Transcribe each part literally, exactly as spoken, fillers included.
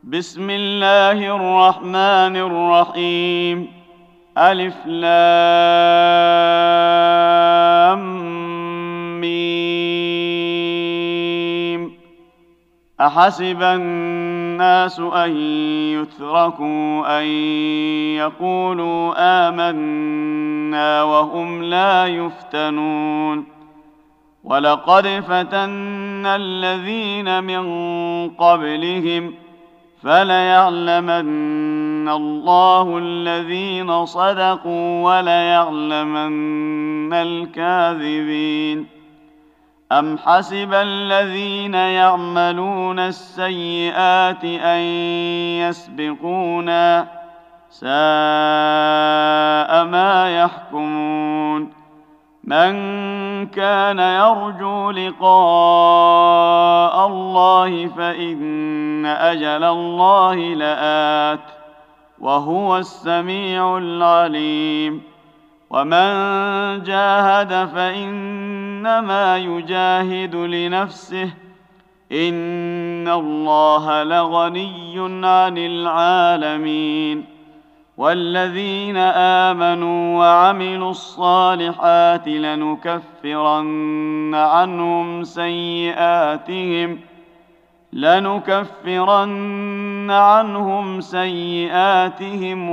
بسم الله الرحمن الرحيم. ألف لام ميم. أحسب الناس أن يتركوا أن يقولوا آمنا وهم لا يفتنون. ولقد فتنا الذين من قبلهم فليعلمن الله الذين صدقوا وليعلمن الكاذبين. أم حسب الذين يعملون السيئات أن يسبقونا ساء ما يحكمون. من كان يرجو لقاء الله فإن أجل الله لآت وهو السميع العليم. ومن جاهد فإنما يجاهد لنفسه إن الله لغني عن العالمين. والذين آمنوا وعملوا الصالحات لنكفرن عنهم سيئاتهم لنكفرن عنهم سيئاتهم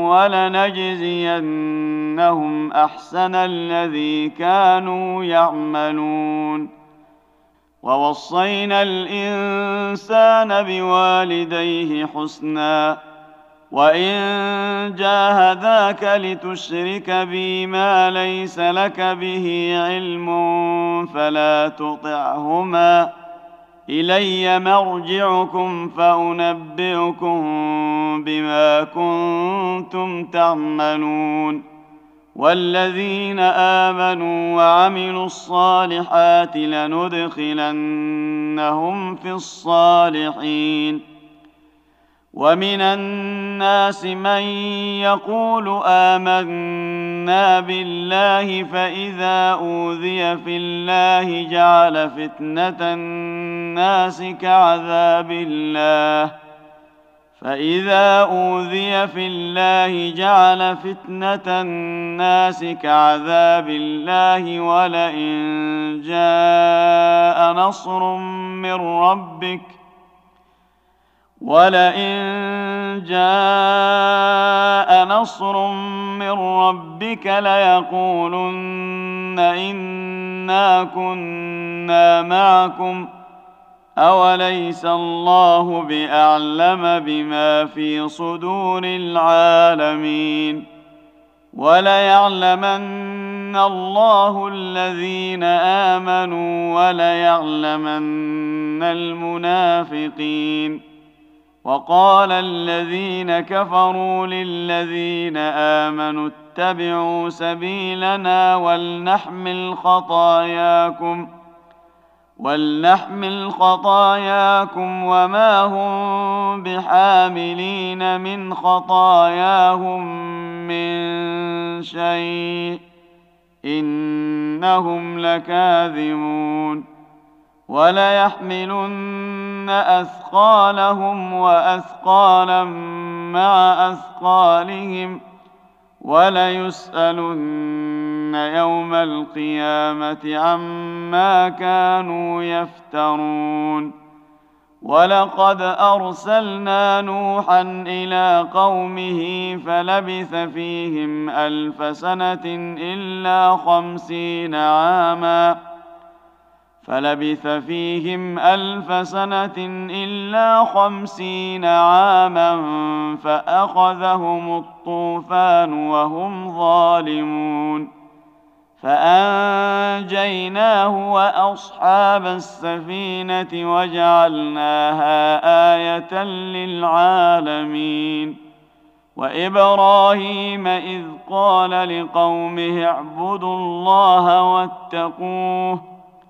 ولنجزينهم أحسن الذي كانوا يعملون. ووصينا الإنسان بوالديه حسنا وإن جاهداك لتشرك بي ما ليس لك به علم فلا تطعهما إلي مرجعكم فأنبئكم بما كنتم تعملون. والذين آمنوا وعملوا الصالحات لندخلنهم في الصالحين. ومن الناس من يقول آمنا بالله فإذا أوذي في الله جعل فتنة الناس كعذاب الله فإذا أوذي في الله جعل فتنة الناس كعذاب الله ولئن جاء نصر من ربك ولئن جاء نصر من ربك ليقولن إنا كنا معكم أوليس الله بأعلم بما في صدور العالمين. وليعلمن الله الذين آمنوا وليعلمن المنافقين. وقال الذين كفروا للذين آمنوا اتبعوا سبيلنا ولنحمل خطاياكم ولنحمل خطاياكم وما هم بحاملين من خطاياهم من شيء إنهم لكاذبون. وليحملن أثقالهم وأثقالا مع أثقالهم وليسألن يوم القيامة عما كانوا يفترون. ولقد أرسلنا نوحا إلى قومه فلبث فيهم ألف سنة إلا خمسين عاماً فلبث فيهم ألف سنة إلا خمسين عاما فأخذهم الطوفان وهم ظالمون فأنجيناه وأصحاب السفينة وجعلناها آية للعالمين. وإبراهيم إذ قال لقومه اعبدوا الله واتقوه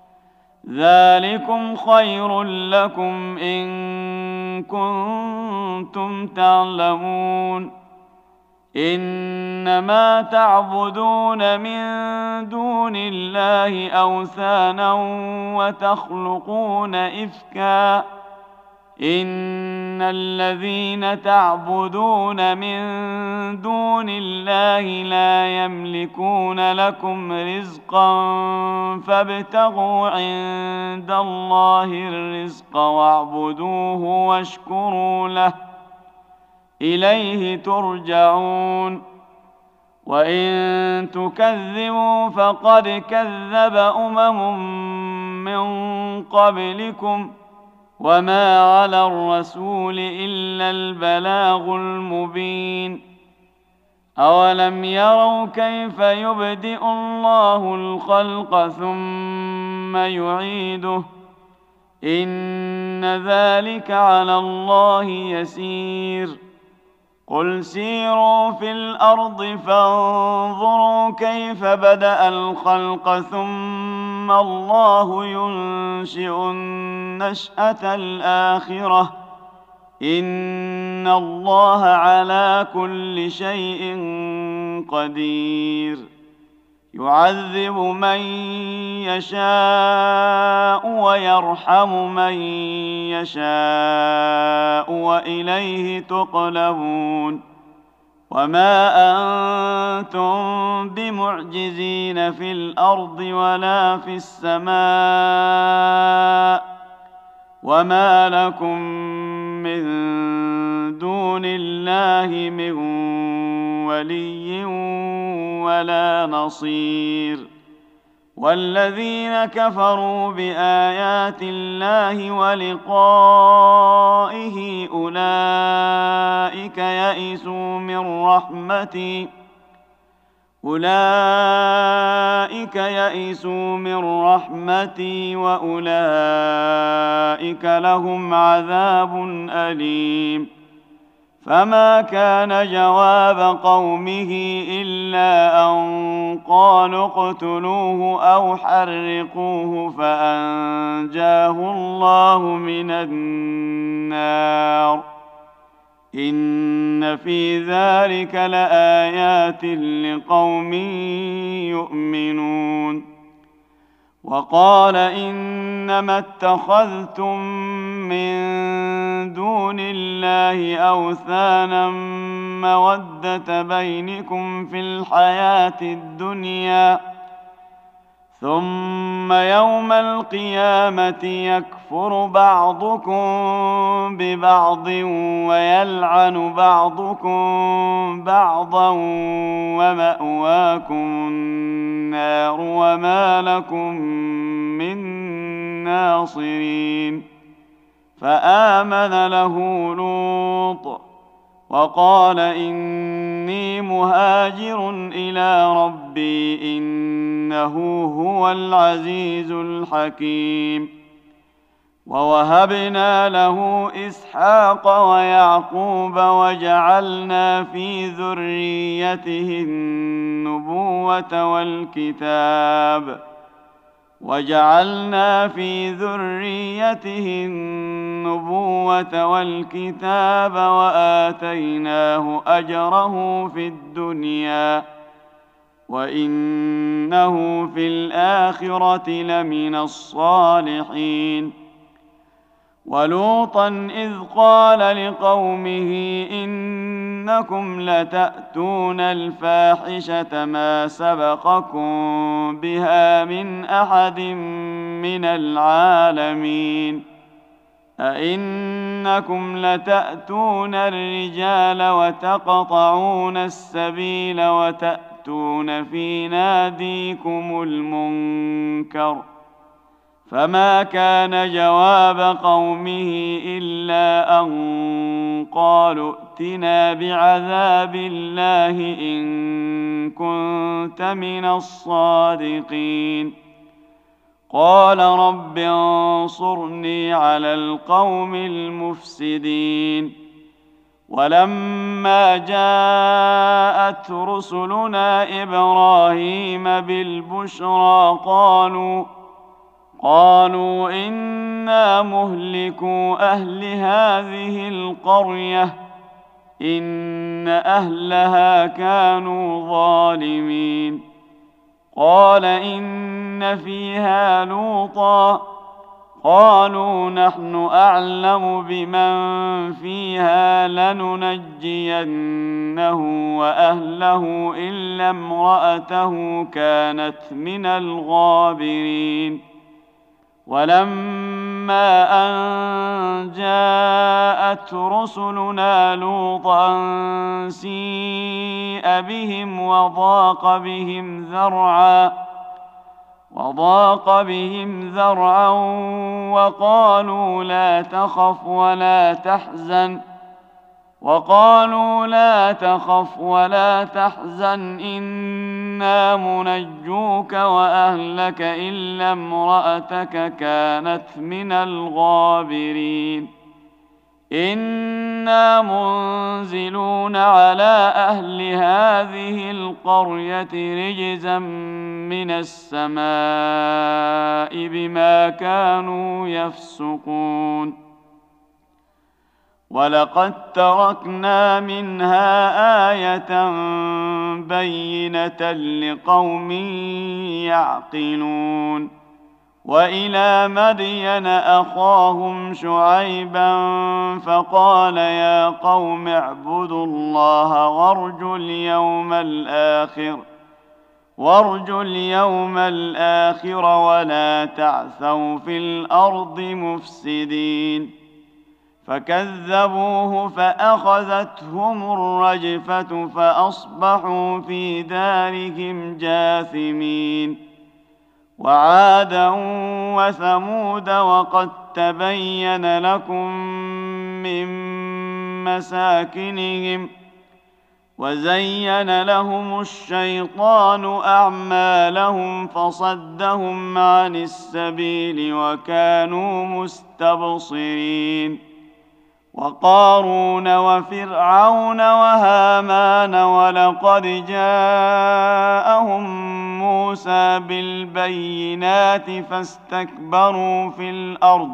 ذلكم خير لكم إن كنتم تعلمون. إنما تعبدون من دون الله أوثانا وتخلقون إفكا إن الذين تعبدون من دون الله لا يملكون لكم رزقا فابتغوا عند الله الرزق واعبدوه واشكروا له إليه ترجعون وإن تكذبوا فقد كذب أمم من قبلكم وما على الرسول إلا البلاغ المبين أولم يروا كيف يبدئ الله الخلق ثم يعيده إن ذلك على الله يسير قل سيروا في الأرض فانظروا كيف بدأ الخلق ثم الله ينشئ النشأة الآخرة إن الله على كل شيء قدير يعذب من يشاء ويرحم من يشاء وإليه تقلبون وما أنتم بمعجزين في الأرض ولا في السماء وما لكم من دون الله من ولي ولا نصير والذين كفروا بآيات الله ولقائه أولئك يئسوا من رحمتي أولئك يئسوا من رحمتي وأولئك لهم عذاب أليم فما كان جواب قومه إلا أن قالوا اقتلوه أو حرقوه فأنجاه الله من النار إن في ذلك لآيات لقوم يؤمنون وقال إنما اتخذتم من دون الله أوثانا مودة بينكم في الحياة الدنيا ثم يوم القيامة يكفر بعضكم ببعض ويلعن بعضكم بعضا ومأواكم النار وما لكم من ناصرين فآمن له لوط وقال إني مهاجر إلى ربي إنه هو العزيز الحكيم ووهبنا له إسحاق ويعقوب وجعلنا في ذريته النبوة والكتاب وجعلنا في ذريته النبوة والكتاب وآتيناه أجره في الدنيا وإنه في الآخرة لمن الصالحين ولوطا إذ قال لقومه إنكم لتأتون الفاحشة ما سبقكم بها من أحد من العالمين أئنكم لتأتون الرجال وتقطعون السبيل وتأتون في ناديكم المنكر فما كان جواب قومه إلا أن قالوا ائتنا بعذاب الله إن كنت من الصادقين قال رب انصرني على القوم المفسدين ولما جاءت رسلنا إبراهيم بالبشرى قالوا قالوا إنا مهلكوا أهل هذه القرية إن أهلها كانوا ظالمين قال إن فيها لوطا قالوا نحن أعلم بمن فيها لننجينه وأهله إلا امرأته كانت من الغابرين. ولما أن جاءت رسلنا لوطا سيء بهم وضاق بهم ذرعا وضاق بهم ذرعا وقالوا لا تخف ولا تحزن وقالوا لا تخف ولا تحزن إنا منجوك وأهلك إلا امرأتك كانت من الغابرين. إنا منزلون على أهل هذه القرية رجزا من السماء بما كانوا يفسقون. ولقد تركنا منها آية بينة لقوم يعقلون. وإلى مدين أخاهم شعيبا فقال يا قوم اعبدوا الله وارجوا اليوم الآخر وارجوا اليوم الآخر ولا تعثوا في الأرض مفسدين. فكذبوه فأخذتهم الرجفة فأصبحوا في دارهم جاثمين. وعادا وثمود وقد تبين لكم من مساكنهم وزين لهم الشيطان أعمالهم فصدهم عن السبيل وكانوا مستبصرين. وقارون وفرعون وهامان ولقد جاءهم موسى بالبينات فاستكبروا في الأرض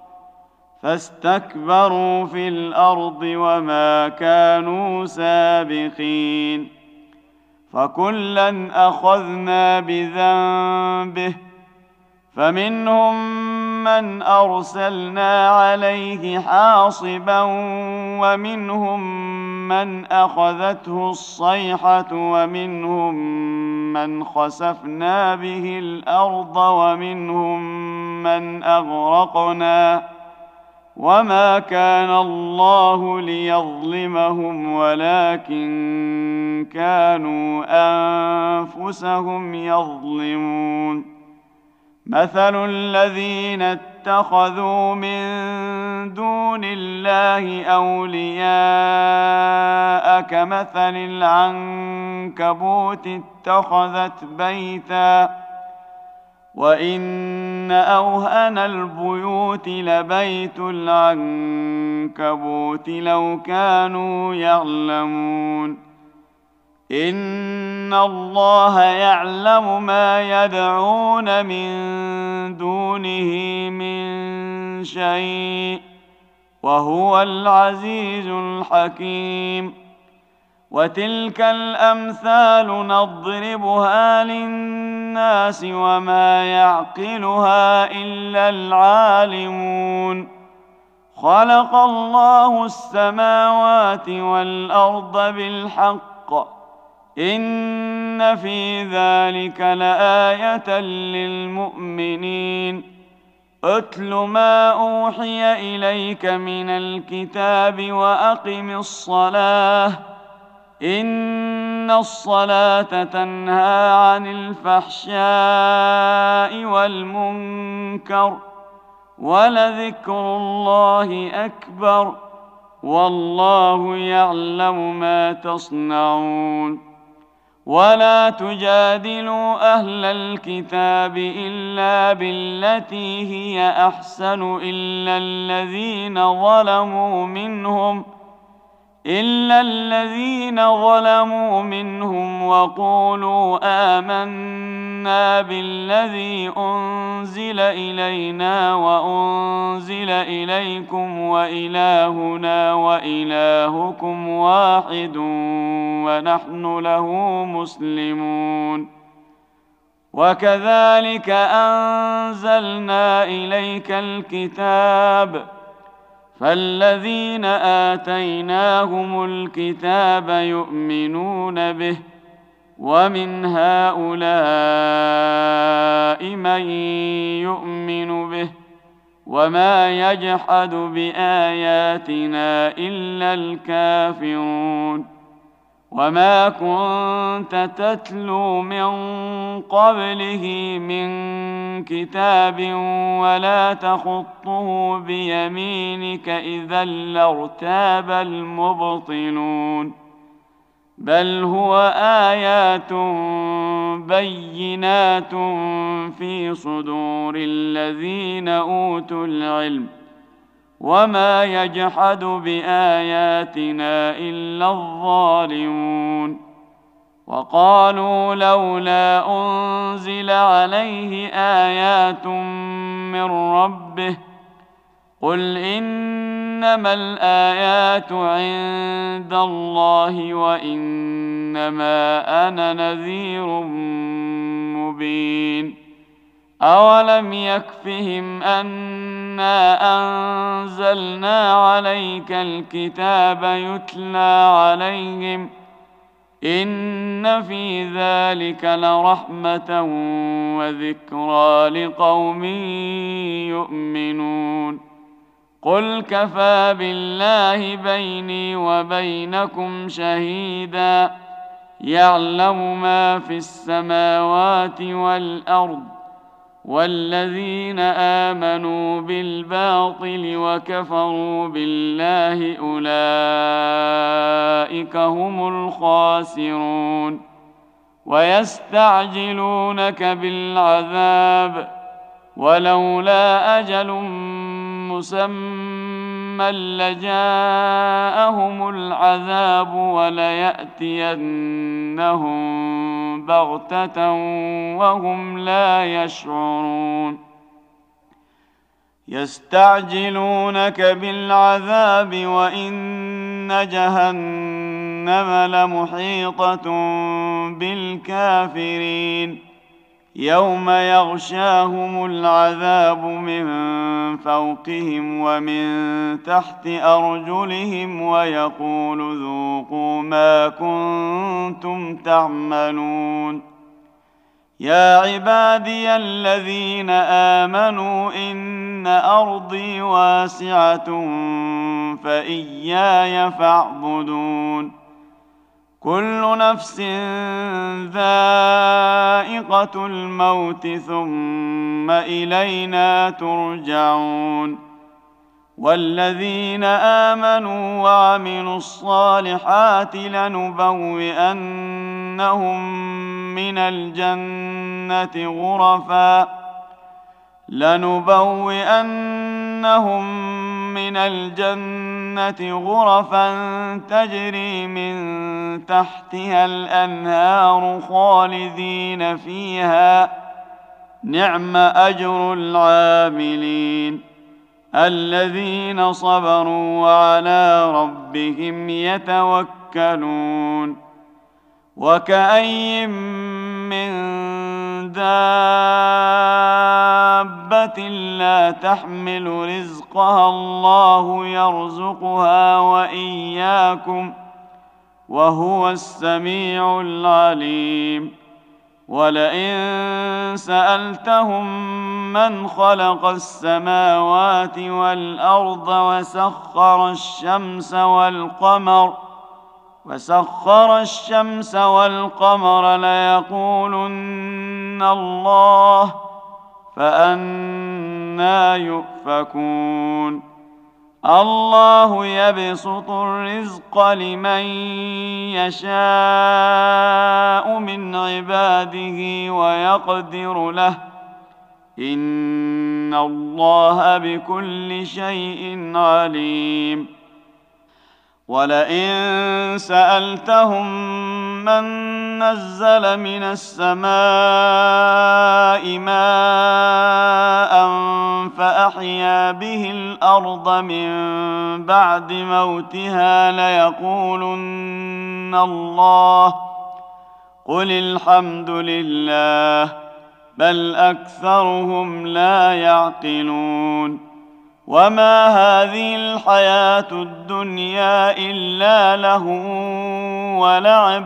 فاستكبروا في الأرض وما كانوا سابقين. فكلا أخذنا بذنبه فمنهم من أرسلنا عليه حاصبا ومنهم من أخذته الصيحة ومنهم من خسفنا به الأرض ومنهم من أغرقنا وما كان الله ليظلمهم ولكن كانوا أنفسهم يظلمون. مثل الذين اتخذوا من دون الله أولياء كمثل العنكبوت اتخذت بيتا وإن أوهن البيوت لبيت العنكبوت لو كانوا يعلمون. إن الله يعلم ما يدعون من دونه من شيء وهو العزيز الحكيم. وتلك الأمثال نضربها للناس وما يعقلها إلا العالمون. خلق الله السماوات والأرض بالحق إن في ذلك لآية للمؤمنين. أتل ما أوحي إليك من الكتاب وأقم الصلاة إن الصلاة تنهى عن الفحشاء والمنكر ولذكر الله أكبر والله يعلم ما تصنعون. ولا تجادلوا أهل الكتاب إلا بالتي هي أحسن إلا الذين ظلموا منهم إلا الذين ظلموا منهم وقولوا آمنا بالذي أنزل إلينا وأنزل إليكم وإلهنا وإلهكم واحد ونحن له مسلمون. وكذلك أنزلنا إليك الكتاب فالذين آتيناهم الكتاب يؤمنون به ومن هؤلاء من يؤمن به وما يجحد بآياتنا إلا الكافرون وما كنت تتلو من قبله من كتاب ولا تخطه بيمينك إذا لارتاب المبطلون بل هو آيات بينات في صدور الذين أوتوا العلم وما يجحد بآياتنا إلا الظالمون وقالوا لولا أنزل عليه آيات من ربه قل إنما الآيات عند الله وإنما أنا نذير مبين أولم يكفهم أنا أنزلنا عليك الكتاب يتلى عليهم إن في ذلك لرحمة وذكرى لقوم يؤمنون قل كفى بالله بيني وبينكم شهيدا يعلم ما في السماوات والأرض والذين آمنوا بالباطل وكفروا بالله أولئك هم الخاسرون ويستعجلونك بالعذاب ولولا أجل مسمى لجاءهم العذاب وليأتينهم بغتة وهم لا يشعرون يستعجلونك بالعذاب وإن جهنم لمحيطة بالكافرين يوم يغشاهم العذاب من فوقهم ومن تحت أرجلهم ويقول ذوقوا ما كنتم تعملون يا عبادي الذين آمنوا إن أرضي واسعة فإياي فاعبدون كل نفس ذائقة الموت ثم إلينا ترجعون والذين آمنوا وعملوا الصالحات لنبوئنهم من الجنة غرفا لنبوئنهم من الجنة غرفا تجري من تحتها الأنهار خالدين فيها نعم أجر العاملين الذين صبروا وعلى ربهم يتوكلون وكأي من دابة لا تحمل رزقها الله يرزقها وإياكم وهو السميع العليم ولئن سألتهم من خلق السماوات والأرض وسخر الشمس والقمر وسخر الشمس والقمر ليقولن الله فأنى يؤفكون الله يبسط الرزق لمن يشاء من عباده ويقدر له إن الله بكل شيء عليم ولئن سألتهم من نزل من السماء ماء فأحيا به الأرض من بعد موتها ليقولن الله قل الحمد لله بل أكثرهم لا يعقلون. وما هذه الحياة الدنيا إلا لهو ولعب،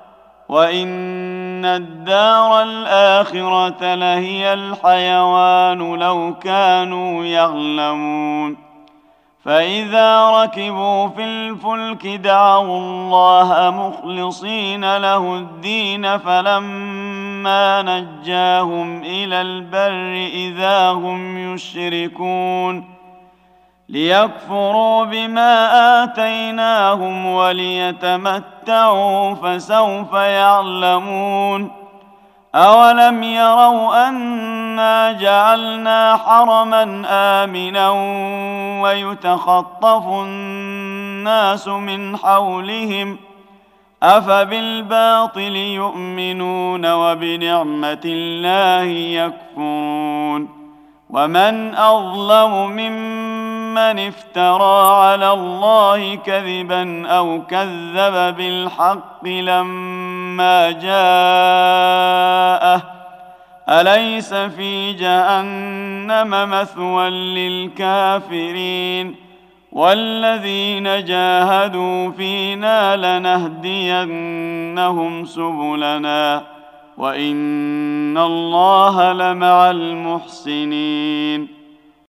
وإن الدار الآخرة لهي الحيوان لو كانوا يعلمون. فإذا ركبوا في الفلك دعوا الله مخلصين له الدين فلما نجاهم إلى البر إذا هم يشركون ليكفروا بما آتيناهم وليتمتعوا فسوف يعلمون. أولم يروا أنا جعلنا حرما آمنا ويتخطف الناس من حولهم أفبالباطل يؤمنون وبنعمة الله يكفرون. ومن أظلم ممن افترى على الله كذبا أو كذب بالحق لما جاءه أليس في جهنم مثوى للكافرين. والذين جاهدوا فينا لنهدينهم سبلنا وإن الله لمع المحسنين.